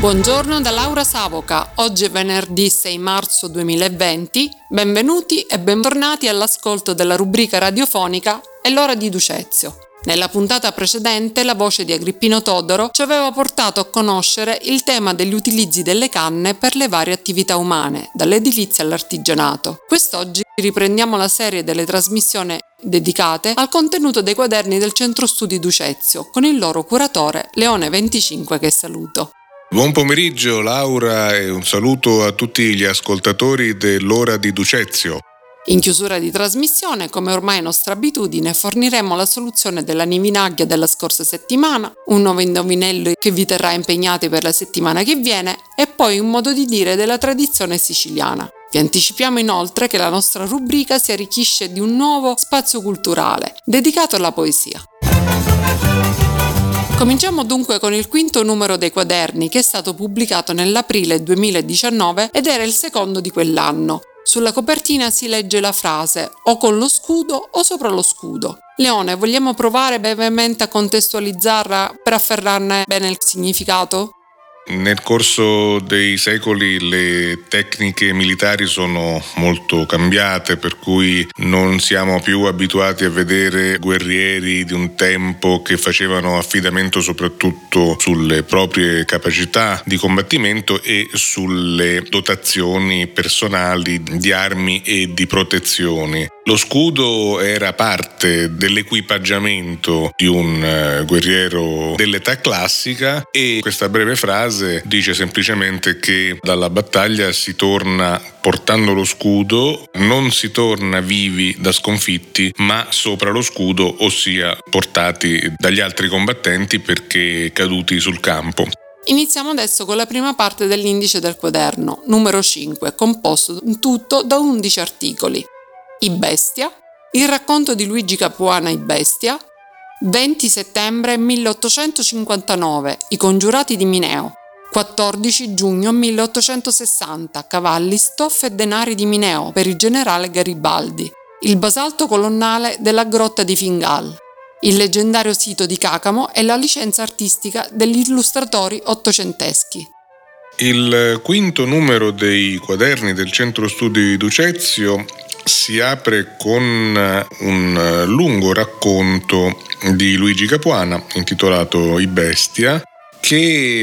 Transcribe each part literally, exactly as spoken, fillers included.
Buongiorno da Laura Savoca, oggi è venerdì sei marzo duemilaventi, benvenuti e bentornati all'ascolto della rubrica radiofonica È l'ora di Ducezio. Nella puntata precedente la voce di Agrippino Todoro ci aveva portato a conoscere il tema degli utilizzi delle canne per le varie attività umane, dall'edilizia all'artigianato. Quest'oggi riprendiamo la serie delle trasmissioni dedicate al contenuto dei quaderni del Centro Studi Ducezio con il loro curatore Leone venticinque, che saluto. Buon pomeriggio Laura e un saluto a tutti gli ascoltatori dell'ora di Ducezio. In chiusura di trasmissione, come ormai è nostra abitudine, forniremo la soluzione della nivinaglia della scorsa settimana, un nuovo indovinello che vi terrà impegnati per la settimana che viene e poi un modo di dire della tradizione siciliana. Vi anticipiamo inoltre che la nostra rubrica si arricchisce di un nuovo spazio culturale dedicato alla poesia. Cominciamo dunque con il quinto numero dei quaderni, che è stato pubblicato nell'aprile duemiladiciannove ed era il secondo di quell'anno. Sulla copertina si legge la frase "o con lo scudo o sopra lo scudo". Leone, vogliamo provare brevemente a contestualizzarla per afferrarne bene il significato? Nel corso dei secoli le tecniche militari sono molto cambiate, per cui non siamo più abituati a vedere guerrieri di un tempo che facevano affidamento soprattutto sulle proprie capacità di combattimento e sulle dotazioni personali di armi e di protezioni. Lo scudo era parte dell'equipaggiamento di un guerriero dell'età classica e questa breve frase dice semplicemente che dalla battaglia si torna portando lo scudo, non si torna vivi da sconfitti, ma sopra lo scudo, ossia portati dagli altri combattenti perché caduti sul campo. Iniziamo adesso con la prima parte dell'indice del quaderno, numero cinque, composto in tutto da undici articoli. I Bestia, il racconto di Luigi Capuana I Bestia, venti settembre milleottocentocinquantanove, I congiurati di Mineo, quattordici giugno milleottocentosessanta, cavalli, stoffe e denari di Mineo per il generale Garibaldi, il basalto colonnale della grotta di Fingal, il leggendario sito di Cacamo e la licenza artistica degli illustratori ottocenteschi. Il quinto numero dei quaderni del Centro Studi Ducezio si apre con un lungo racconto di Luigi Capuana intitolato I Bestia, che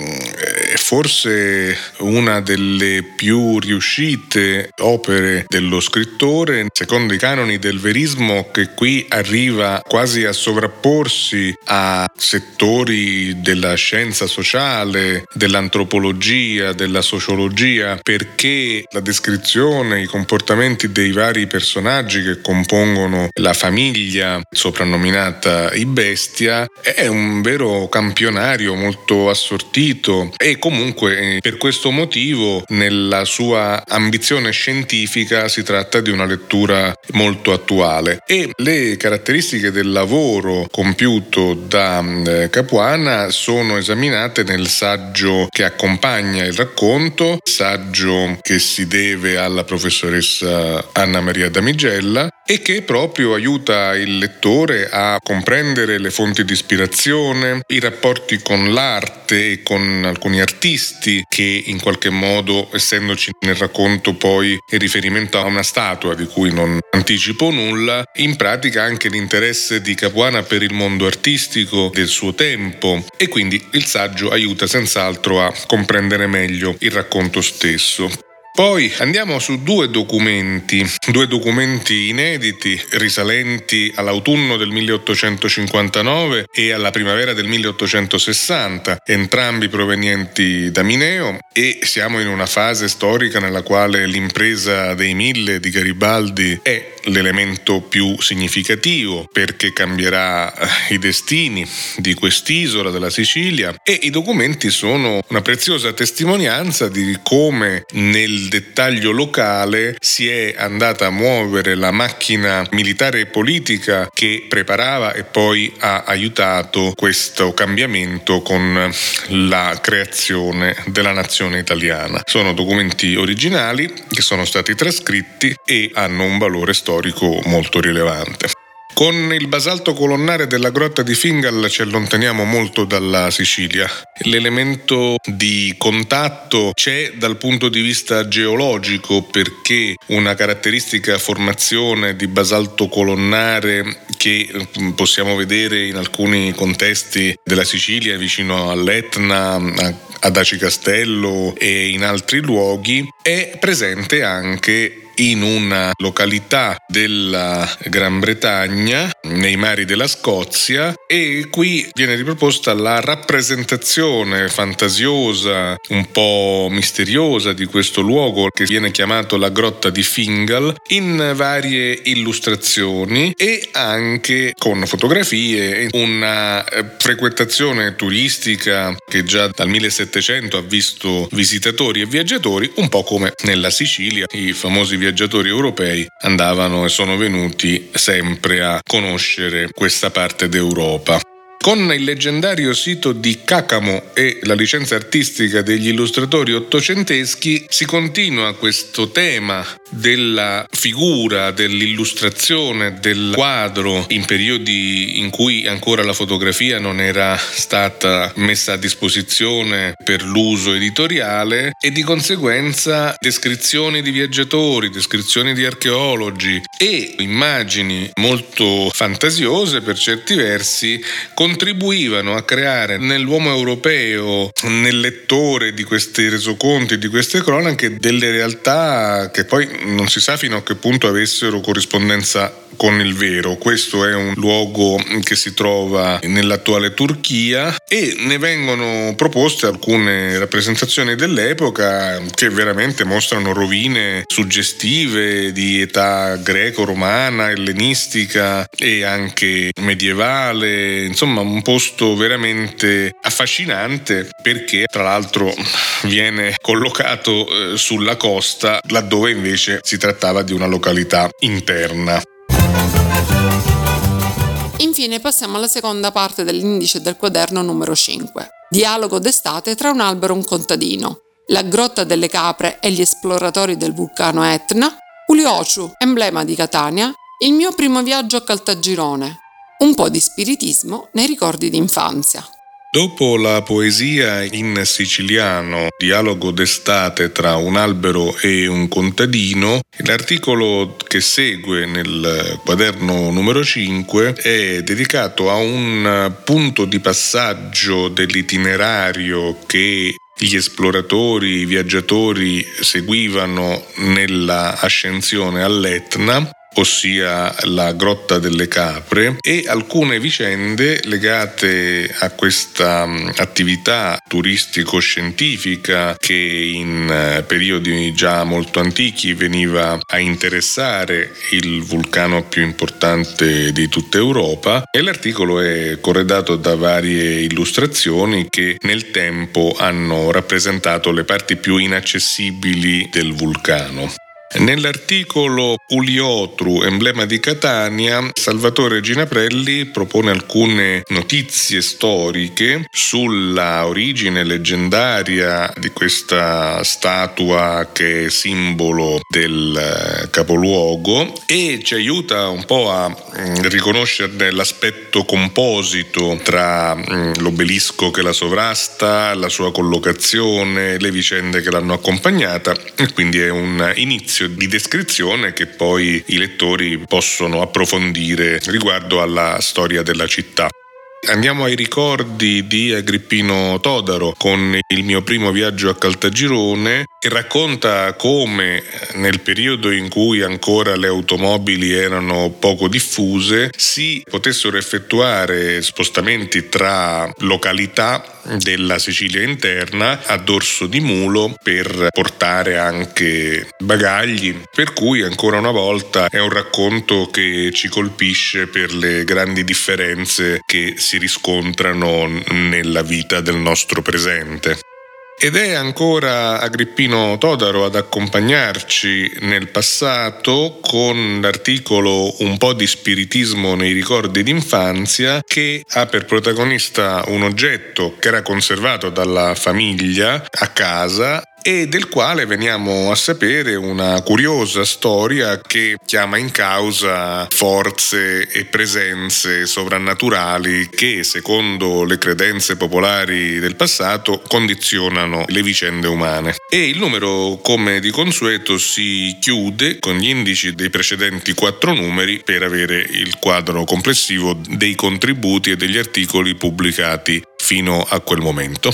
è forse una delle più riuscite opere dello scrittore, secondo i canoni del verismo, che qui arriva quasi a sovrapporsi a settori della scienza sociale, dell'antropologia, della sociologia, perché la descrizione, i comportamenti dei vari personaggi che compongono la famiglia soprannominata I Bestia è un vero campionario molto assortito e comunque per questo motivo nella sua ambizione scientifica si tratta di una lettura molto attuale e le caratteristiche del lavoro compiuto da Capuana sono esaminate nel saggio che accompagna il racconto, saggio che si deve alla professoressa Anna Maria Damigella e che proprio aiuta il lettore a comprendere le fonti di ispirazione, i rapporti con l'arte e con alcuni artisti che in qualche modo, essendoci nel racconto poi il riferimento a una statua di cui non anticipo nulla, in pratica anche l'interesse di Capuana per il mondo artistico del suo tempo e quindi il saggio aiuta senz'altro a comprendere meglio il racconto stesso. Poi andiamo su due documenti, due documenti inediti risalenti all'autunno del milleottocentocinquantanove e alla primavera del milleottocentosessanta, entrambi provenienti da Mineo, e siamo in una fase storica nella quale l'impresa dei Mille di Garibaldi è l'elemento più significativo perché cambierà i destini di quest'isola della Sicilia e i documenti sono una preziosa testimonianza di come nel dettaglio locale si è andata a muovere la macchina militare e politica che preparava e poi ha aiutato questo cambiamento con la creazione della nazione italiana. Sono documenti originali che sono stati trascritti e hanno un valore storico molto rilevante. Con il basalto colonnare della grotta di Fingal ci allontaniamo molto dalla Sicilia. L'elemento di contatto c'è dal punto di vista geologico, perché una caratteristica formazione di basalto colonnare che possiamo vedere in alcuni contesti della Sicilia, vicino all'Etna, ad Aci Castello e in altri luoghi, è presente anche in una località della Gran Bretagna, nei mari della Scozia, e qui viene riproposta la rappresentazione fantasiosa, un po' misteriosa di questo luogo che viene chiamato la grotta di Fingal, in varie illustrazioni e anche con fotografie, una frequentazione turistica che già dal millesettecento ha visto visitatori e viaggiatori, un po' come nella Sicilia i famosi viaggiatori viaggiatori europei andavano e sono venuti sempre a conoscere questa parte d'Europa. Con il leggendario sito di Cacamo e la licenza artistica degli illustratori ottocenteschi si continua questo tema della figura, dell'illustrazione, del quadro in periodi in cui ancora la fotografia non era stata messa a disposizione per l'uso editoriale, e di conseguenza descrizioni di viaggiatori, descrizioni di archeologi e immagini molto fantasiose per certi versi contribuivano a creare nell'uomo europeo, nel lettore di questi resoconti, di queste cronache, delle realtà che poi non si sa fino a che punto avessero corrispondenza con il vero. Questo è un luogo che si trova nell'attuale Turchia e ne vengono proposte alcune rappresentazioni dell'epoca che veramente mostrano rovine suggestive di età greco-romana, ellenistica e anche medievale, insomma un posto veramente affascinante, perché tra l'altro viene collocato eh, sulla costa, laddove invece si trattava di una località interna. Infine passiamo alla seconda parte dell'indice del quaderno numero cinque. Dialogo d'estate tra un albero e un contadino. La grotta delle capre e gli esploratori del vulcano Etna. Uliociu, emblema di Catania. Il mio primo viaggio a Caltagirone. Un po' di spiritismo nei ricordi d'infanzia. Dopo la poesia in siciliano, Dialogo d'estate tra un albero e un contadino, l'articolo che segue nel quaderno numero cinque è dedicato a un punto di passaggio dell'itinerario che gli esploratori, i viaggiatori seguivano nella ascensione all'Etna, ossia la grotta delle capre, e alcune vicende legate a questa attività turistico-scientifica che in periodi già molto antichi veniva a interessare il vulcano più importante di tutta Europa, e l'articolo è corredato da varie illustrazioni che nel tempo hanno rappresentato le parti più inaccessibili del vulcano. Nell'articolo Uliotru, emblema di Catania, Salvatore Ginaprelli propone alcune notizie storiche sulla origine leggendaria di questa statua che è simbolo del capoluogo e ci aiuta un po' a riconoscerne l'aspetto composito tra l'obelisco che la sovrasta, la sua collocazione, le vicende che l'hanno accompagnata, e quindi è un inizio di descrizione che poi i lettori possono approfondire riguardo alla storia della città. Andiamo ai ricordi di Agrippino Todaro con Il mio primo viaggio a Caltagirone, che racconta come nel periodo in cui ancora le automobili erano poco diffuse si potessero effettuare spostamenti tra località della Sicilia interna a dorso di mulo per portare anche bagagli, per cui ancora una volta è un racconto che ci colpisce per le grandi differenze che si riscontrano nella vita del nostro presente. Ed è ancora Agrippino Todaro ad accompagnarci nel passato con l'articolo Un po' di spiritismo nei ricordi d'infanzia, che ha per protagonista un oggetto che era conservato dalla famiglia a casa e del quale veniamo a sapere una curiosa storia che chiama in causa forze e presenze sovrannaturali che, secondo le credenze popolari del passato, condizionano le vicende umane. E il numero, come di consueto, si chiude con gli indici dei precedenti quattro numeri per avere il quadro complessivo dei contributi e degli articoli pubblicati fino a quel momento.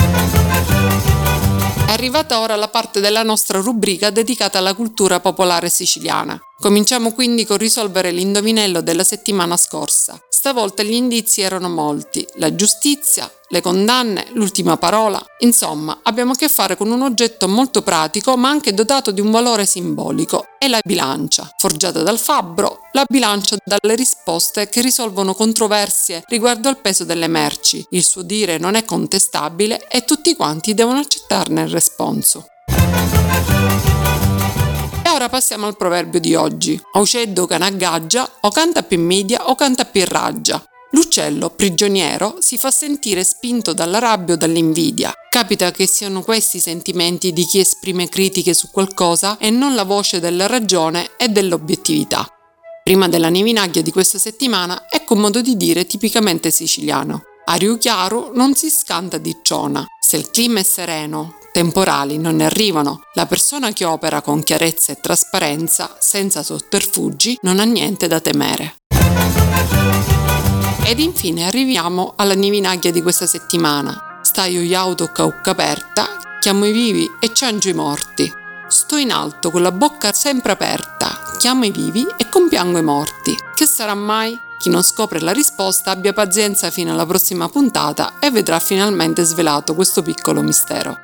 È arrivata ora la parte della nostra rubrica dedicata alla cultura popolare siciliana. Cominciamo quindi con risolvere l'indovinello della settimana scorsa. Stavolta gli indizi erano molti: la giustizia, le condanne, l'ultima parola. Insomma, abbiamo a che fare con un oggetto molto pratico ma anche dotato di un valore simbolico. È la bilancia, forgiata dal fabbro, la bilancia dalle risposte che risolvono controversie riguardo al peso delle merci. Il suo dire non è contestabile e tutti quanti devono accettarne il responso. E ora passiamo al proverbio di oggi. Auceddo canagaggia, o canta più media o canta più raggia. L'uccello prigioniero si fa sentire spinto dalla rabbia o dall'invidia. Capita che siano questi i sentimenti di chi esprime critiche su qualcosa e non la voce della ragione e dell'obiettività. Prima della nevinaglia di questa settimana, ecco un modo di dire tipicamente siciliano. A Riu Chiaru non si scanta di ciona. Se il clima è sereno, temporali non ne arrivano. La persona che opera con chiarezza e trasparenza, senza sotterfugi, non ha niente da temere. Ed infine arriviamo alla nevinaglia di questa settimana. Staio iau tocca ucca aperta, chiamo i vivi e ciangio i morti. Sto in alto con la bocca sempre aperta, chiamo i vivi e compiango i morti. Che sarà mai? Chi non scopre la risposta abbia pazienza fino alla prossima puntata e vedrà finalmente svelato questo piccolo mistero.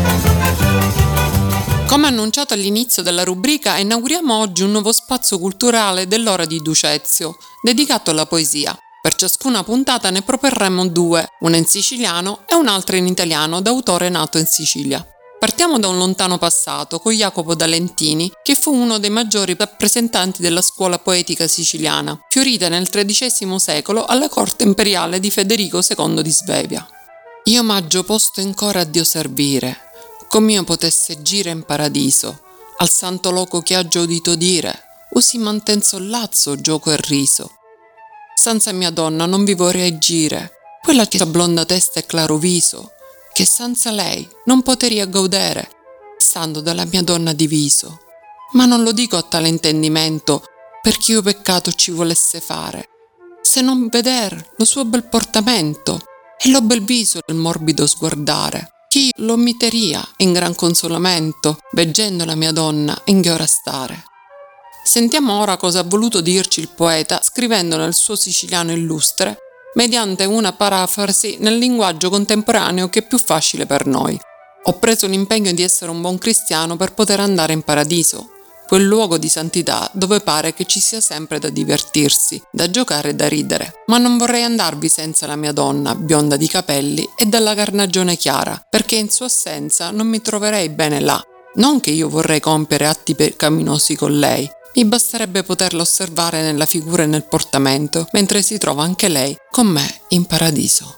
Come annunciato all'inizio della rubrica, inauguriamo oggi un nuovo spazio culturale dell'Ora di Ducezio, dedicato alla poesia. Per ciascuna puntata ne proporremo due, una in siciliano e un'altra in italiano da autore nato in Sicilia. Partiamo da un lontano passato con Jacopo da Lentini, che fu uno dei maggiori rappresentanti della scuola poetica siciliana, fiorita nel tredicesimo secolo alla corte imperiale di Federico secondo di Svevia. Io maggio posto in cora a Dio servire, com'io potesse gire in paradiso, al santo loco che ha udito dire, usi manten sollazzo, gioco e riso. Senza mia donna non vi vorrei gire, quella che ha blonda testa e claro viso, che senza lei non poteria godere, stando dalla mia donna diviso. Ma non lo dico a tale intendimento, perché io peccato ci volesse fare, se non veder lo suo bel portamento e lo bel viso e il morbido sguardare. Chi lo miteria in gran consolamento, veggendo la mia donna in che ora stare. Sentiamo ora cosa ha voluto dirci il poeta scrivendo nel suo siciliano illustre, mediante una parafrasi nel linguaggio contemporaneo che è più facile per noi. Ho preso l'impegno di essere un buon cristiano per poter andare in paradiso, quel luogo di santità dove pare che ci sia sempre da divertirsi, da giocare e da ridere. Ma non vorrei andarvi senza la mia donna, bionda di capelli e dalla carnagione chiara, perché in sua assenza non mi troverei bene là. Non che io vorrei compiere atti peccaminosi con lei, mi basterebbe poterla osservare nella figura e nel portamento, mentre si trova anche lei con me in paradiso.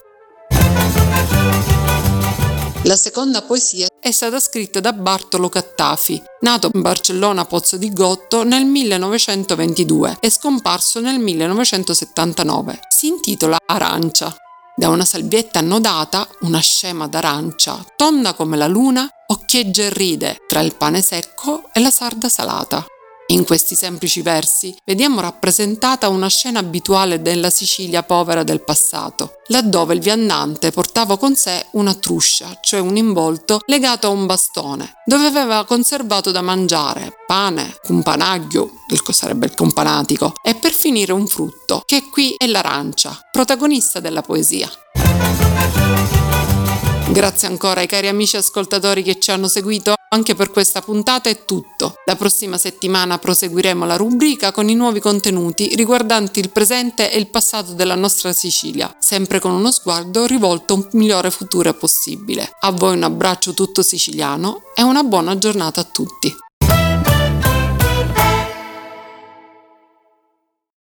La seconda poesia è stata scritta da Bartolo Cattafi, nato in Barcellona Pozzo di Gotto nel millenovecentoventidue e scomparso nel millenovecentosettantanove. Si intitola Arancia. Da una salvietta annodata, una scema d'arancia, tonda come la luna, occhieggia e ride tra il pane secco e la sarda salata. In questi semplici versi vediamo rappresentata una scena abituale della Sicilia povera del passato, laddove il viandante portava con sé una truscia, cioè un involto legato a un bastone, dove aveva conservato da mangiare pane, cumpanaggio, il che sarebbe il companatico, e per finire un frutto, che qui è l'arancia, protagonista della poesia. Grazie ancora ai cari amici ascoltatori che ci hanno seguito, anche per questa puntata è tutto. La prossima settimana proseguiremo la rubrica con i nuovi contenuti riguardanti il presente e il passato della nostra Sicilia, sempre con uno sguardo rivolto a un migliore futuro possibile. A voi un abbraccio tutto siciliano e una buona giornata a tutti.